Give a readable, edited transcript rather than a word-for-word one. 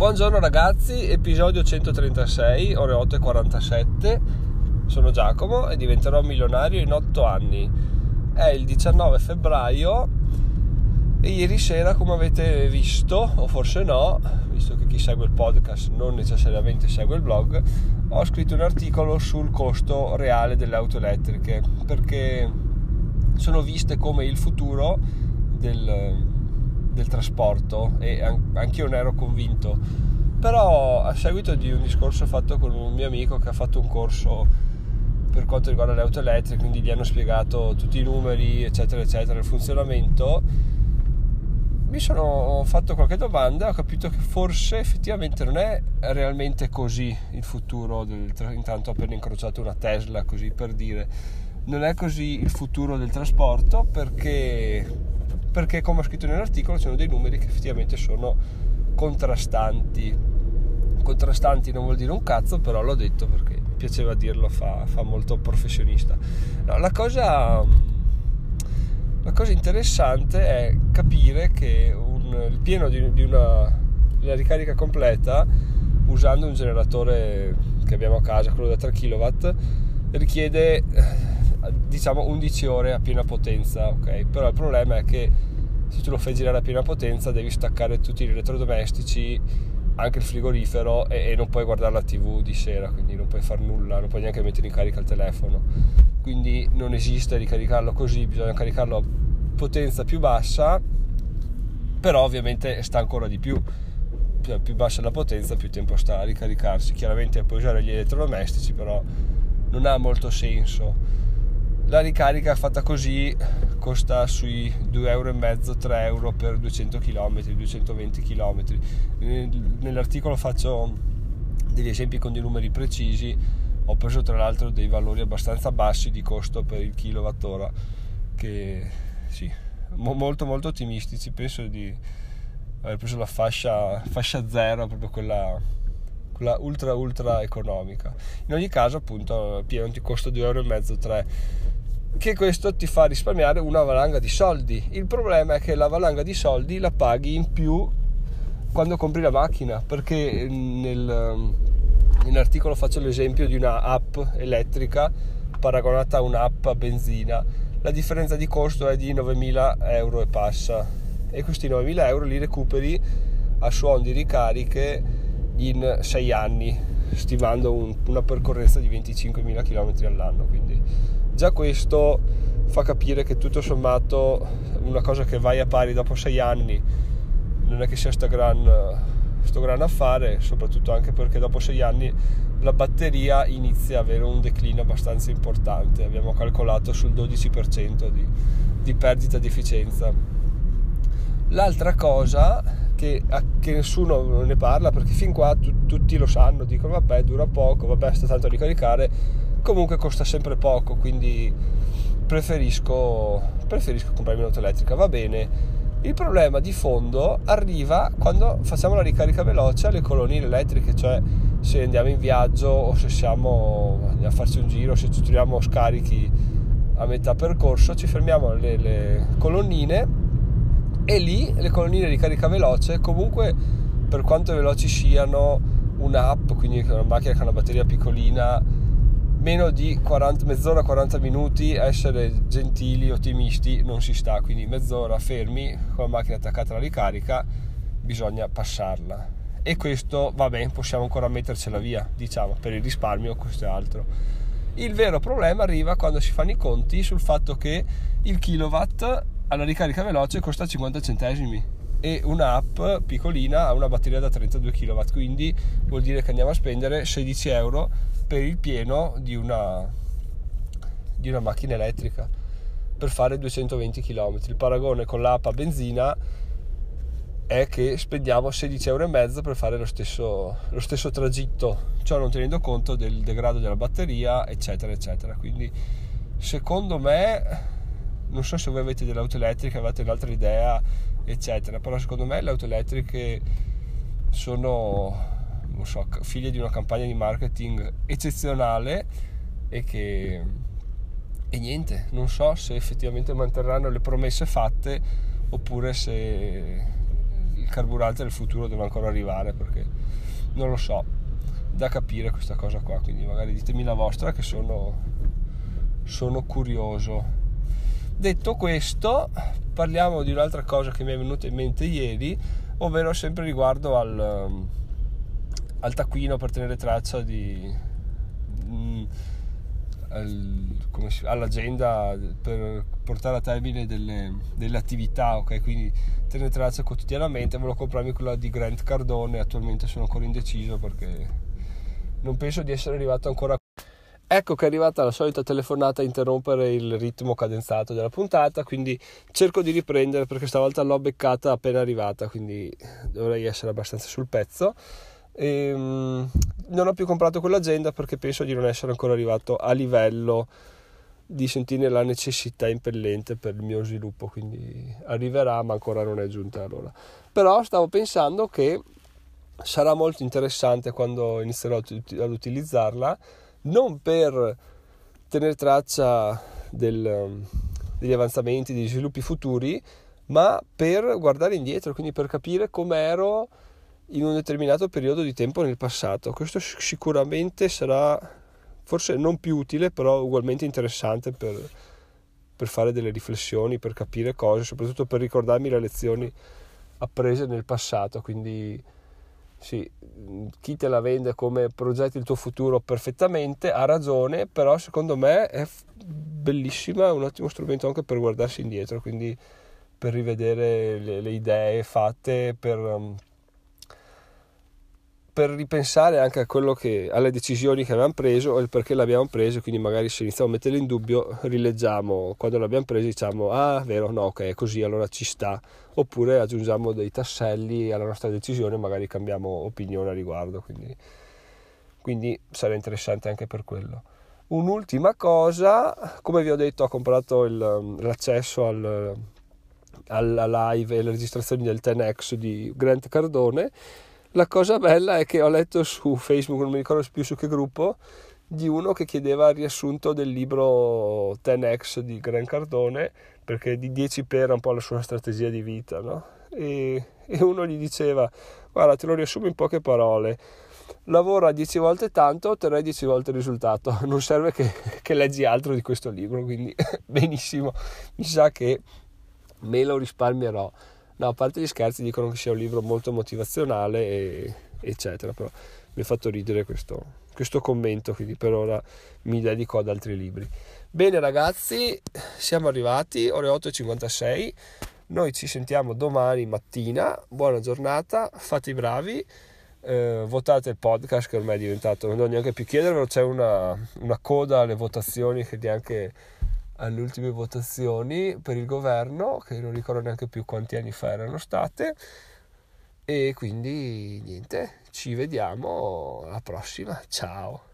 Buongiorno ragazzi, episodio 136, ore 8:47. Sono Giacomo e diventerò milionario in 8 anni. È il 19 febbraio e ieri sera, come avete visto, o forse no, visto che chi segue il podcast non necessariamente segue il blog, ho scritto un articolo sul costo reale delle auto elettriche, perché sono viste come il futuro del trasporto e anch'io ne ero convinto, però a seguito di un discorso fatto con un mio amico che ha fatto un corso per quanto riguarda le auto elettriche, quindi gli hanno spiegato tutti i numeri eccetera eccetera, il funzionamento, mi sono fatto qualche domanda e ho capito che forse effettivamente non è realmente così il futuro intanto ho appena incrociato una Tesla, così per dire, non è così il futuro del trasporto, perché come ho scritto nell'articolo ci sono dei numeri che effettivamente sono contrastanti non vuol dire un cazzo, però l'ho detto perché mi piaceva dirlo, fa molto professionista. No, la cosa interessante è capire che il pieno di una ricarica completa usando un generatore che abbiamo a casa, quello da 3 kW, richiede diciamo 11 ore a piena potenza, ok? Però il problema è che se tu lo fai girare a piena potenza devi staccare tutti gli elettrodomestici, anche il frigorifero, e non puoi guardare la TV di sera, quindi non puoi far nulla, non puoi neanche mettere in carica il telefono, quindi non esiste ricaricarlo così, bisogna caricarlo a potenza più bassa, però ovviamente sta ancora di più bassa la potenza più tempo sta a ricaricarsi. Chiaramente puoi usare gli elettrodomestici, però non ha molto senso. La ricarica fatta così costa sui 2,5 3 euro per 200 km, 220 km. Nell'articolo faccio degli esempi con dei numeri precisi, ho preso tra l'altro dei valori abbastanza bassi di costo per il kilowattora, che sì, molto molto ottimistici. Penso di aver preso la fascia 0, proprio quella ultra economica. In ogni caso, appunto, pieno ti costa 2,5 3 euro, che questo ti fa risparmiare una valanga di soldi. Il problema è che la valanga di soldi la paghi in più quando compri la macchina, perché nell'articolo faccio l'esempio di una app elettrica paragonata a un'app a benzina. La differenza di costo è di 9.000 euro e passa, e questi 9.000 euro li recuperi a suon di ricariche in 6 anni, stimando una percorrenza di 25.000 km all'anno. Quindi già questo fa capire che tutto sommato una cosa che vai a pari dopo 6 anni non è che sia sto gran affare, soprattutto anche perché dopo 6 anni la batteria inizia a avere un declino abbastanza importante. Abbiamo calcolato sul 12% di perdita di efficienza. L'altra cosa che nessuno ne parla, perché fin qua tutti lo sanno, dicono vabbè dura poco, vabbè sta tanto a ricaricare, comunque costa sempre poco, quindi preferisco comprarmi un'auto elettrica, va bene. Il problema di fondo arriva quando facciamo la ricarica veloce alle colonnine elettriche, cioè se andiamo in viaggio o se siamo a farci un giro, se ci troviamo scarichi a metà percorso, ci fermiamo alle colonnine, e lì le colonnine di ricarica veloce, comunque per quanto veloci siano, un'app, quindi una macchina che ha una batteria piccolina, meno di mezz'ora, 40 minuti, a essere gentili, ottimisti, non si sta. Quindi mezz'ora fermi con la macchina attaccata alla ricarica, bisogna passarla, e questo va bene, possiamo ancora mettercela via, diciamo, per il risparmio. Questo è altro. Il vero problema arriva quando si fanno i conti sul fatto che il kilowatt alla ricarica veloce costa 50 centesimi e un'app piccolina ha una batteria da 32 kW, quindi vuol dire che andiamo a spendere 16 euro per il pieno di una macchina elettrica per fare 220 km. Il paragone con l'app a benzina è che spendiamo 16,5 euro per fare lo stesso tragitto, ciò non tenendo conto del degrado della batteria eccetera eccetera. Quindi secondo me, non so se voi avete delle auto elettriche, avete un'altra idea eccetera, però secondo me le auto elettriche sono, non so, figlie di una campagna di marketing eccezionale e niente, non so se effettivamente manterranno le promesse fatte oppure se carburante del futuro deve ancora arrivare, perché non lo so, da capire questa cosa qua, quindi magari ditemi la vostra, che sono curioso. Detto questo, parliamo di un'altra cosa che mi è venuta in mente ieri, ovvero sempre riguardo al taccuino per tenere traccia all'agenda per portare a termine delle attività, ok? Quindi tenere traccia quotidianamente. Volevo comprarmi quella di Grant Cardone, attualmente sono ancora indeciso perché non penso di essere arrivato ancora. Ecco che è arrivata la solita telefonata a interrompere il ritmo cadenzato della puntata, quindi cerco di riprendere perché stavolta l'ho beccata appena arrivata, quindi dovrei essere abbastanza sul pezzo. Non ho più comprato quell'agenda perché penso di non essere ancora arrivato a livello di sentire la necessità impellente per il mio sviluppo, quindi arriverà, ma ancora non è giunta l'ora. Però stavo pensando che sarà molto interessante quando inizierò ad utilizzarla, non per tenere traccia degli avanzamenti, degli sviluppi futuri, ma per guardare indietro, quindi per capire com'ero in un determinato periodo di tempo nel passato. Questo sicuramente sarà forse non più utile, però ugualmente interessante per fare delle riflessioni, per capire cose, soprattutto per ricordarmi le lezioni apprese nel passato. Quindi sì, chi te la vende come progetti il tuo futuro perfettamente ha ragione, però secondo me è bellissima, è un ottimo strumento anche per guardarsi indietro, quindi per rivedere le idee fatte, per ripensare anche a alle decisioni che abbiamo preso e il perché le abbiamo prese. Quindi magari se iniziamo a metterle in dubbio, rileggiamo quando le abbiamo prese, diciamo vero, no, ok, è così, allora ci sta, oppure aggiungiamo dei tasselli alla nostra decisione, magari cambiamo opinione a riguardo, quindi sarà interessante anche per quello. Un'ultima cosa, come vi ho detto, ho comprato l'accesso alla live e alle registrazioni del 10X di Grant Cardone. La cosa bella è che ho letto su Facebook, non mi ricordo più su che gruppo, di uno che chiedeva il riassunto del libro 10X di Grant Cardone, perché di 10 era un po' la sua strategia di vita, no? E uno gli diceva: guarda, te lo riassumo in poche parole, lavora 10 volte tanto, otterrai 10 volte il risultato, non serve che leggi altro di questo libro. Quindi benissimo, mi sa che me lo risparmierò. No, a parte gli scherzi, dicono che sia un libro molto motivazionale eccetera, però mi ha fatto ridere questo commento, quindi per ora mi dedico ad altri libri. Bene ragazzi, siamo arrivati, ore 8:56, noi ci sentiamo domani mattina, buona giornata, fate i bravi, votate il podcast che ormai è diventato, non devo neanche più chiedervelo, c'è una coda alle votazioni che neanche alle ultime votazioni per il governo, che non ricordo neanche più quanti anni fa erano state, e quindi niente, ci vediamo alla prossima, ciao.